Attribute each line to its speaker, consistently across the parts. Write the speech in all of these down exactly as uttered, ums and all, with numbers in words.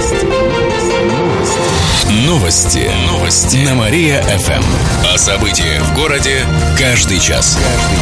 Speaker 1: Новости. Новости. На Мария-ФМ. О событиях в городе каждый час.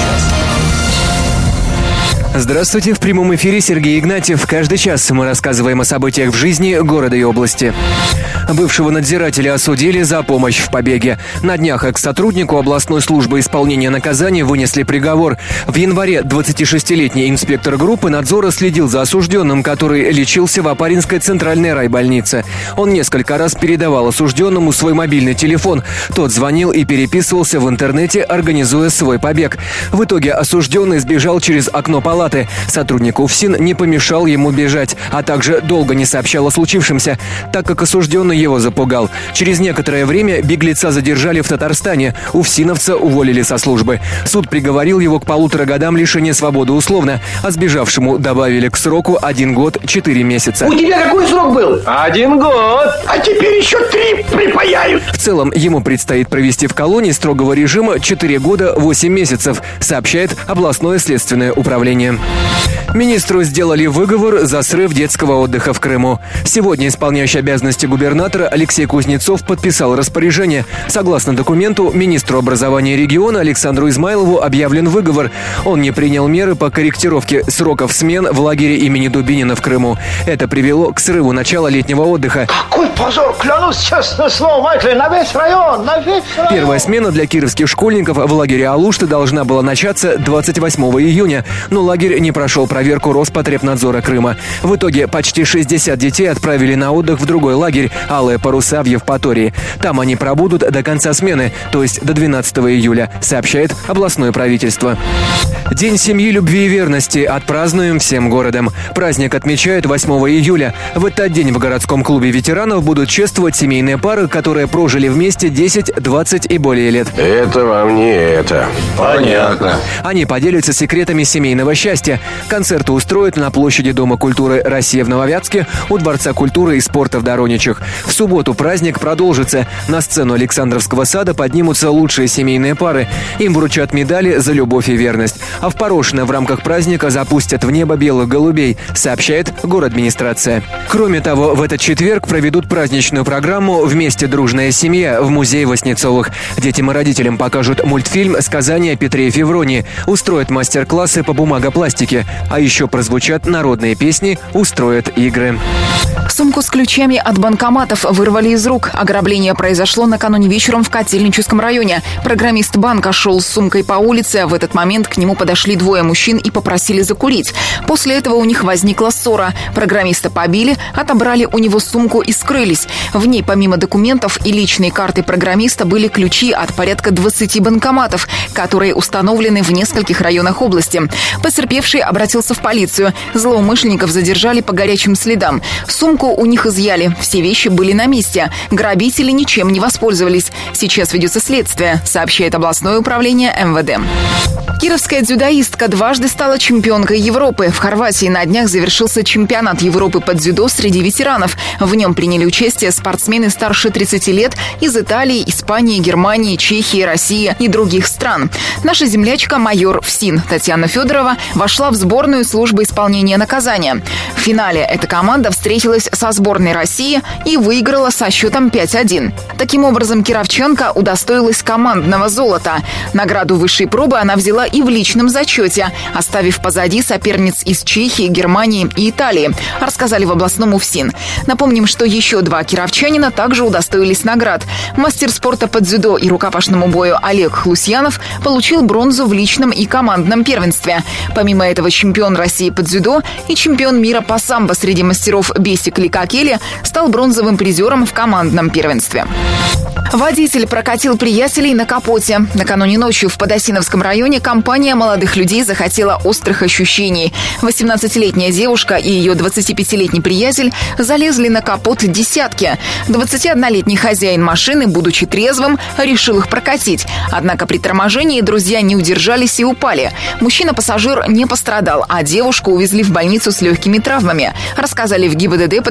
Speaker 2: Здравствуйте, в прямом эфире Сергей Игнатьев. Каждый час мы рассказываем о событиях в жизни города и области. Бывшего надзирателя осудили за помощь в побеге. На днях экс-сотруднику областной службы исполнения наказаний вынесли приговор. В январе двадцатишестилетний инспектор группы надзора следил за осужденным, который лечился в Опаринской центральной райбольнице. Он несколько раз передавал осужденному свой мобильный телефон. Тот звонил и переписывался в интернете, организуя свой побег. В итоге осужденный сбежал через окно палаты. Сотрудник УФСИН не помешал ему бежать, а также долго не сообщал о случившемся, так как осужденный его запугал. Через некоторое время беглеца задержали в Татарстане. УФСИНовца уволили со службы. Суд приговорил его к полутора годам лишения свободы условно, а сбежавшему добавили к сроку один год четыре месяца.
Speaker 3: У тебя какой срок был?
Speaker 4: Один год.
Speaker 3: А теперь еще три припаяют.
Speaker 2: В целом, ему предстоит провести в колонии строгого режима четыре года восемь месяцев, сообщает областное следственное управление. Министру сделали выговор за срыв детского отдыха в Крыму. Сегодня исполняющий обязанности губернатора Алексей Кузнецов подписал распоряжение. Согласно документу, министру образования региона Александру Измайлову объявлен выговор. Он не принял меры по корректировке сроков смен в лагере имени Дубинина в Крыму. Это привело к срыву начала летнего отдыха.
Speaker 3: Какой позор, клянусь честное слово, Майкл, на весь район, на весь район.
Speaker 2: Первая смена для кировских школьников в лагере Алушты должна была начаться двадцать восьмого июня, но лагерь не прошел проверку Роспотребнадзора Крыма. В итоге почти шестьдесят детей отправили на отдых в другой лагерь «Алые паруса» в Евпатории. Там они пробудут до конца смены, то есть до двенадцатого июля, сообщает областное правительство. День семьи, любви и верности отпразднуем всем городом. Праздник отмечают восьмого июля. В этот день в городском клубе ветеранов будут чествовать семейные пары, которые прожили вместе десять, двадцать и более лет.
Speaker 4: Это вам не это. Понятно.
Speaker 2: Они поделятся секретами семейного счастья. Концерты устроят на площади Дома культуры «Россия» в Нововятске, у Дворца культуры и спорта в Дороничах. В субботу праздник продолжится. На сцену Александровского сада поднимутся лучшие семейные пары. Им вручат медали за любовь и верность. А в Порошино в рамках праздника запустят в небо белых голубей, сообщает городадминистрация. Кроме того, в этот четверг проведут праздничную программу «Вместе дружная семья» в музее Васнецовых. Детям и родителям покажут мультфильм «Сказания о Петре и Февронии», устроят мастер-классы по бумагопластике, а еще прозвучат народные песни, устроят игры.
Speaker 5: Сумку с ключами от банкоматов вырвали из рук. Ограбление произошло накануне вечером в Котельническом районе. Программист банка шел с сумкой по улице. В этот момент к нему подошли двое мужчин и попросили закурить. После этого у них возникла ссора. Программиста побили, отобрали у него сумку и скрылись. В ней помимо документов и личной карты программиста были ключи от порядка двадцати банкоматов, которые установлены в нескольких районах области. Потерпевший обратился в полицию. Злоумышленников задержали по горячим следам. Сумку у них изъяли. Все вещи были на месте. Грабители ничем не воспользовались. Сейчас ведется следствие, сообщает областное управление эм вэ дэ. Кировская дзюдоистка дважды стала чемпионкой Европы. В Хорватии на днях завершился чемпионат Европы по дзюдо среди ветеранов. В нем приняли участие спортсмены старше тридцати лет из Италии, Испании, Германии, Чехии, России и других стран. Наша землячка майор ФСИН Татьяна Федорова вошла в сборную службы исполнения наказания. В финале эта команда встретилась со сборной России и выиграла со счетом пять один. Таким образом, кировчанка удостоилась командного золота. Награду высшей пробы она взяла и в личном зачете, оставив позади соперниц из Чехии, Германии и Италии, рассказали в областном УФСИН. Напомним, что еще два кировчанина также удостоились наград. Мастер спорта по дзюдо и рукопашному бою Олег Хлусьянов получил бронзу в личном и командном первенстве. Помимо этого, чемпион России по дзюдо и чемпион мира по самбо среди мастеров Бесик Ликакели стал бронзовым призером в командном первенстве. Водитель прокатил приятелей на капоте. Накануне ночью в Подосиновском районе компания молодых людей захотела острых ощущений. восемнадцатилетняя девушка и ее двадцатипятилетний приятель залезли на капот десятки. двадцатиоднолетний хозяин машины, будучи трезвым, решил их прокатить. Однако при торможении друзья не удержались и упали. Мужчина-пассажир не пострадал, а девушку увезли в больницу с легкими травмами, рассказали в ГИБДД по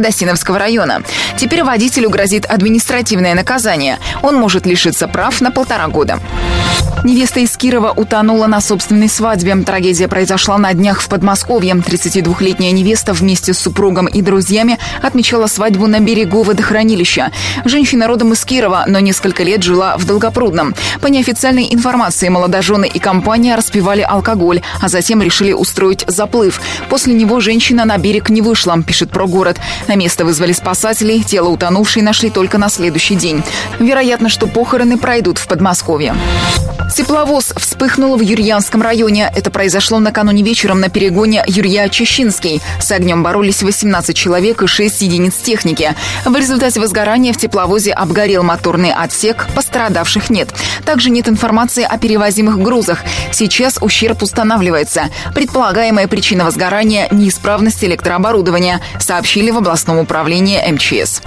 Speaker 5: Федосиновского района. Теперь водителю грозит административное наказание. Он может лишиться прав на полтора года. Невеста из Кирова утонула на собственной свадьбе. Трагедия произошла на днях в Подмосковье. тридцатидвухлетняя невеста вместе с супругом и друзьями отмечала свадьбу на берегу водохранилища. Женщина родом из Кирова, но несколько лет жила в Долгопрудном. По неофициальной информации, молодожены и компания распивали алкоголь, а затем решили устроить заплыв. После него женщина на берег не вышла, пишет Прогород. На место вызвали спасателей, тело утонувшей нашли только на следующий день. Вероятно, что похороны пройдут в Подмосковье. Тепловоз вспыхнул в Юрьянском районе. Это произошло накануне вечером на перегоне Юрья-Чащинский. С огнем боролись восемнадцать человек и шесть единиц техники. В результате возгорания в тепловозе обгорел моторный отсек, пострадавших нет. Также нет информации о перевозимых грузах. Сейчас ущерб устанавливается. Предполагаемая причина возгорания – неисправность электрооборудования, сообщили в областном управлении эм че эс.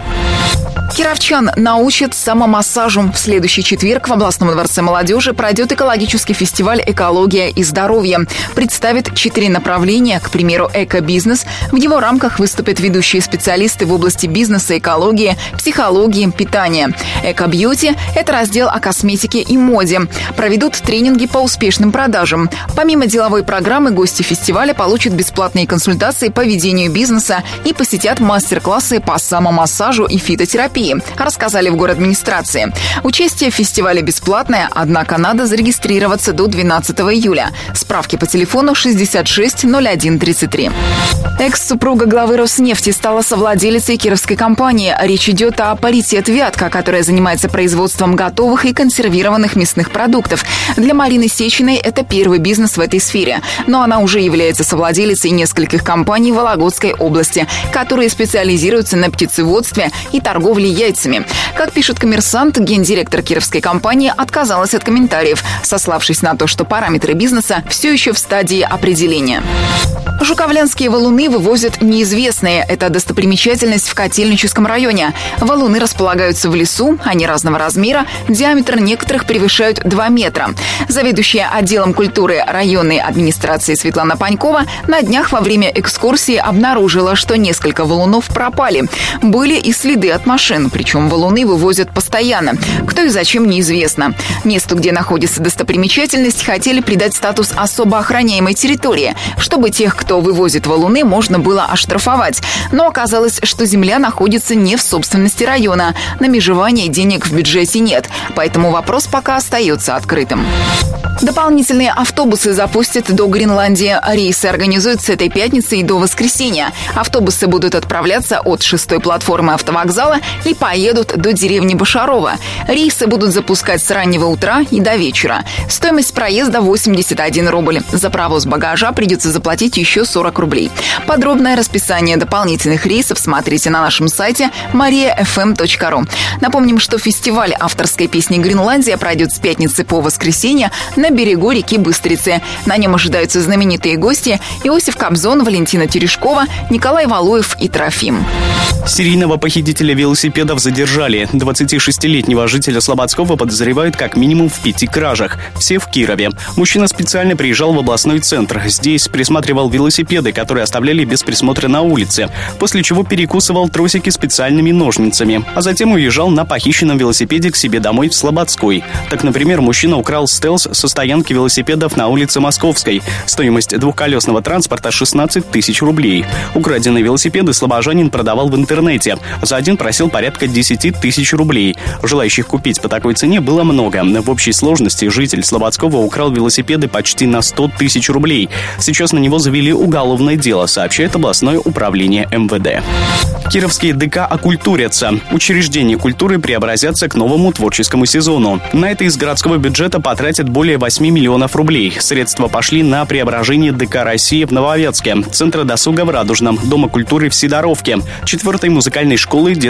Speaker 5: Кировчан научат самомассажу. В следующий четверг в областном дворце молодежи пройдет экологический фестиваль «Экология и здоровье». Представит четыре направления, к примеру, эко-бизнес. В его рамках выступят ведущие специалисты в области бизнеса, экологии, психологии, питания. Эко-бьюти – это раздел о косметике и моде. Проведут тренинги по успешным продажам. Помимо деловой программы, гости фестиваля получат бесплатные консультации по ведению бизнеса и посетят мастер-классы по самомассажу и фитотерапии, рассказали в городадминистрации. Участие в фестивале бесплатное, однако надо зарегистрироваться до двенадцатого июля. Справки по телефону шестьдесят шесть ноль один тридцать три. Экс-супруга главы Роснефти стала совладелицей кировской компании. Речь идет о «Паритет Вятка», которая занимается производством готовых и консервированных мясных продуктов. Для Марины Сечиной это первый бизнес в этой сфере. Но она уже является совладелицей нескольких компаний в Вологодской области, которые специализируются на птицеводстве и торговле яйцами. Как пишет «Коммерсант», гендиректор кировской компании отказалась от комментариев, сославшись на то, что параметры бизнеса все еще в стадии определения. Жуковлянские валуны вывозят неизвестные. Это достопримечательность в Котельническом районе. Валуны располагаются в лесу, они разного размера, диаметр некоторых превышают два метра. Заведующая отделом культуры районной администрации Светлана Панькова на днях во время экскурсии обнаружила, что несколько валунов пропали. Были и следы от машин, причем валуны вывозят постоянно. Кто и зачем, неизвестно. Месту, где находится достопримечательность, хотели придать статус особо охраняемой территории, чтобы тех, кто вывозит валуны, можно было оштрафовать. Но оказалось, что земля находится не в собственности района. На межевание денег в бюджете нет, поэтому вопрос пока остается открытым. Дополнительные автобусы запустят до Гренландии. Рейсы организуют с этой пятницы и до воскресенья. Автобусы будут отправляться от шестой платформы автовокзала и поедут до деревни Башарова. Рейсы будут запускать с раннего утра и до вечера. Стоимость проезда восемьдесят один рубль. За провоз багажа придется заплатить еще сорок рублей. Подробное расписание дополнительных рейсов смотрите на нашем сайте мария эф эм точка ру. Напомним, что фестиваль авторской песни «Гренландия» пройдет с пятницы по воскресенье на берегу реки Быстрицы. На нем ожидаются знаменитые гости Иосиф Кобзон, Валентина Терешкова, Николай Валуев и Трофим.
Speaker 6: Серийного похитителя велосипедов задержали. двадцатишестилетнего жителя Слободского подозревают как минимум в пяти кражах. Все в Кирове. Мужчина специально приезжал в областной центр. Здесь присматривал велосипеды, которые оставляли без присмотра на улице, после чего перекусывал тросики специальными ножницами, а затем уезжал на похищенном велосипеде к себе домой в Слободской. Так, например, мужчина украл стелс со стоянки велосипедов на улице Московской. Стоимость двухколесного транспорта шестнадцать тысяч рублей. Украденные велосипеды слобожанин продавал в интернете. За один просил порядка десять тысяч рублей. Желающих купить по такой цене было много. В общей сложности житель Слободского украл велосипеды почти на сто тысяч рублей. Сейчас на него завели уголовное дело, сообщает областное управление эм вэ дэ. Кировские дэ ка окультурятся. Учреждения культуры преобразятся к новому творческому сезону. На это из городского бюджета потратят более восемь миллионов рублей. Средства пошли на преображение дэ ка России в Нововятске, Центра досуга в Радужном, Дома культуры в Сидоровке, четвертой музыкальной школы, детской школы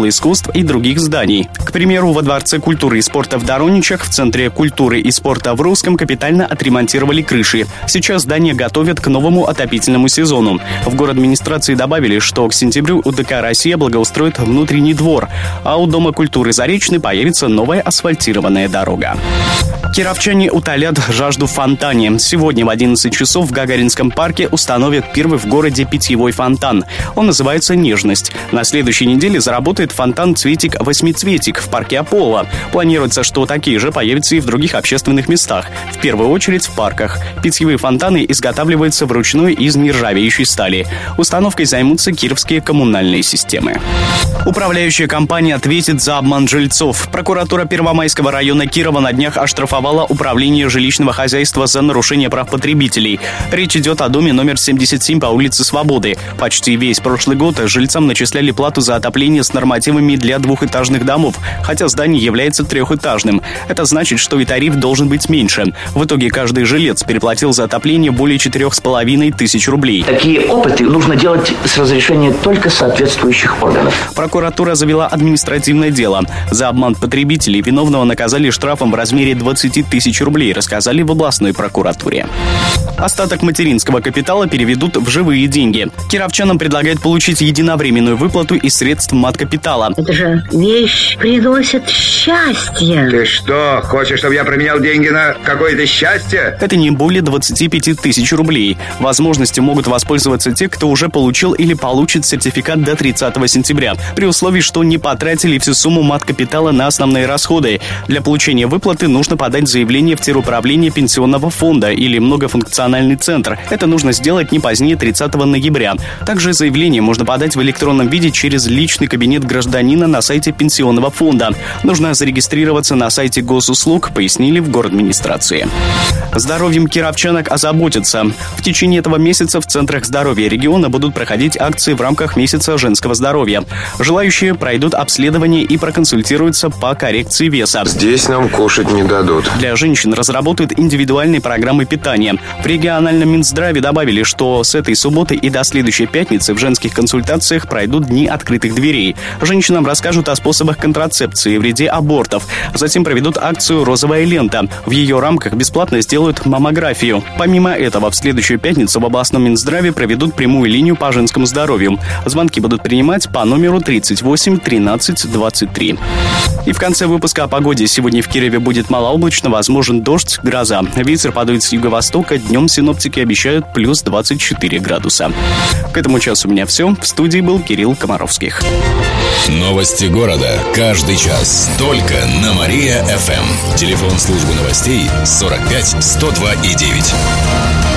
Speaker 6: школы искусств и других зданий. К примеру, во Дворце культуры и спорта в Дороничах, в Центре культуры и спорта в Русском капитально отремонтировали крыши. Сейчас здание готовят к новому отопительному сезону. В город-администрации добавили, что к сентябрю у ДК «Россия» благоустроит внутренний двор, а у Дома культуры «Заречный» появится новая асфальтированная дорога. Кировчане утолят жажду в фонтане. Сегодня в одиннадцать часов в Гагаринском парке установят первый в городе питьевой фонтан. Он называется «Нежность». На следующей неделе заработает фонтан «Цветик-восьмицветик» в парке Аполло. Планируется, что такие же появятся и в других общественных местах, в первую очередь в парках. Питьевые фонтаны изготавливаются вручную из нержавеющей стали. Установкой займутся кировские коммунальные системы. Управляющая компания ответит за обман жильцов. Прокуратура Первомайского района Кирова на днях оштрафовала управление жилищного хозяйства за нарушение прав потребителей. Речь идет о доме номер семьдесят семь по улице Свободы. Почти весь прошлый год жильцам начисляли плату за отопление с нормативами для двухэтажных домов, хотя здание является трехэтажным. Это значит, что и тариф должен быть меньше. В итоге каждый жилец переплатил за отопление более четырех с половиной тысяч рублей.
Speaker 7: Такие опыты нужно делать с разрешения только соответствующих органов.
Speaker 6: Прокуратура завела административное дело. За обман потребителей виновного наказали штрафом в размере двадцать тысяч рублей, рассказали в областной прокуратуре. Остаток материнского капитала переведут в живые деньги. Кировчанам предлагают получить единовременную выплату из средств маткапитала.
Speaker 8: Это же вещь приносит счастье.
Speaker 9: Ты что, хочешь, чтобы я променял деньги на какое-то счастье?
Speaker 6: Это не более двадцать пять тысяч рублей. Возможностью могут воспользоваться те, кто уже получил или получит сертификат до тридцатого сентября, при условии, что не потратили всю сумму маткапитала на основные расходы. Для получения выплаты нужно подать заявление в теруправление пенсионного фонда или многофункциональный центр. Это нужно сделать не позднее тридцатого ноября. Также заявление можно подать в электронном виде через личный кабинет гражданина на сайте пенсионного фонда. Нужно зарегистрироваться на сайте госуслуг, пояснили в городадминистрации. Здоровьем кировчанок озаботятся. В течение этого месяца в центрах здоровья региона будут проходить акции в рамках месяца женского здоровья. Желающие пройдут обследование и проконсультируются по коррекции веса.
Speaker 4: Здесь нам кушать не дадут.
Speaker 6: Для женщин разработают индивидуальные программы питания. В региональном Минздраве добавили, что с этой субботы и до следующей пятницы в женских консультациях пройдут дни открытых дверей. Женщинам расскажут о способах контрацепции и вреде абортов. Затем проведут акцию «Розовая лента». В ее рамках бесплатно сделают маммографию. Помимо этого, в следующую пятницу в областном Минздраве проведут прямую линию по женскому здоровью. Звонки будут принимать по номеру тридцать восемь тринадцать двадцать три. И в конце выпуска о погоде. Сегодня в Кирове будет малооблачно, возможен дождь, гроза. Ветер подует с юго-востока. Днем синоптики обещают плюс двадцать четыре градуса. К этому часу у меня все. В студии был Кирилл Комаровских.
Speaker 1: Новости города. Каждый час. Только на Мария-ФМ. Телефон службы новостей сорок пять сто два и девять.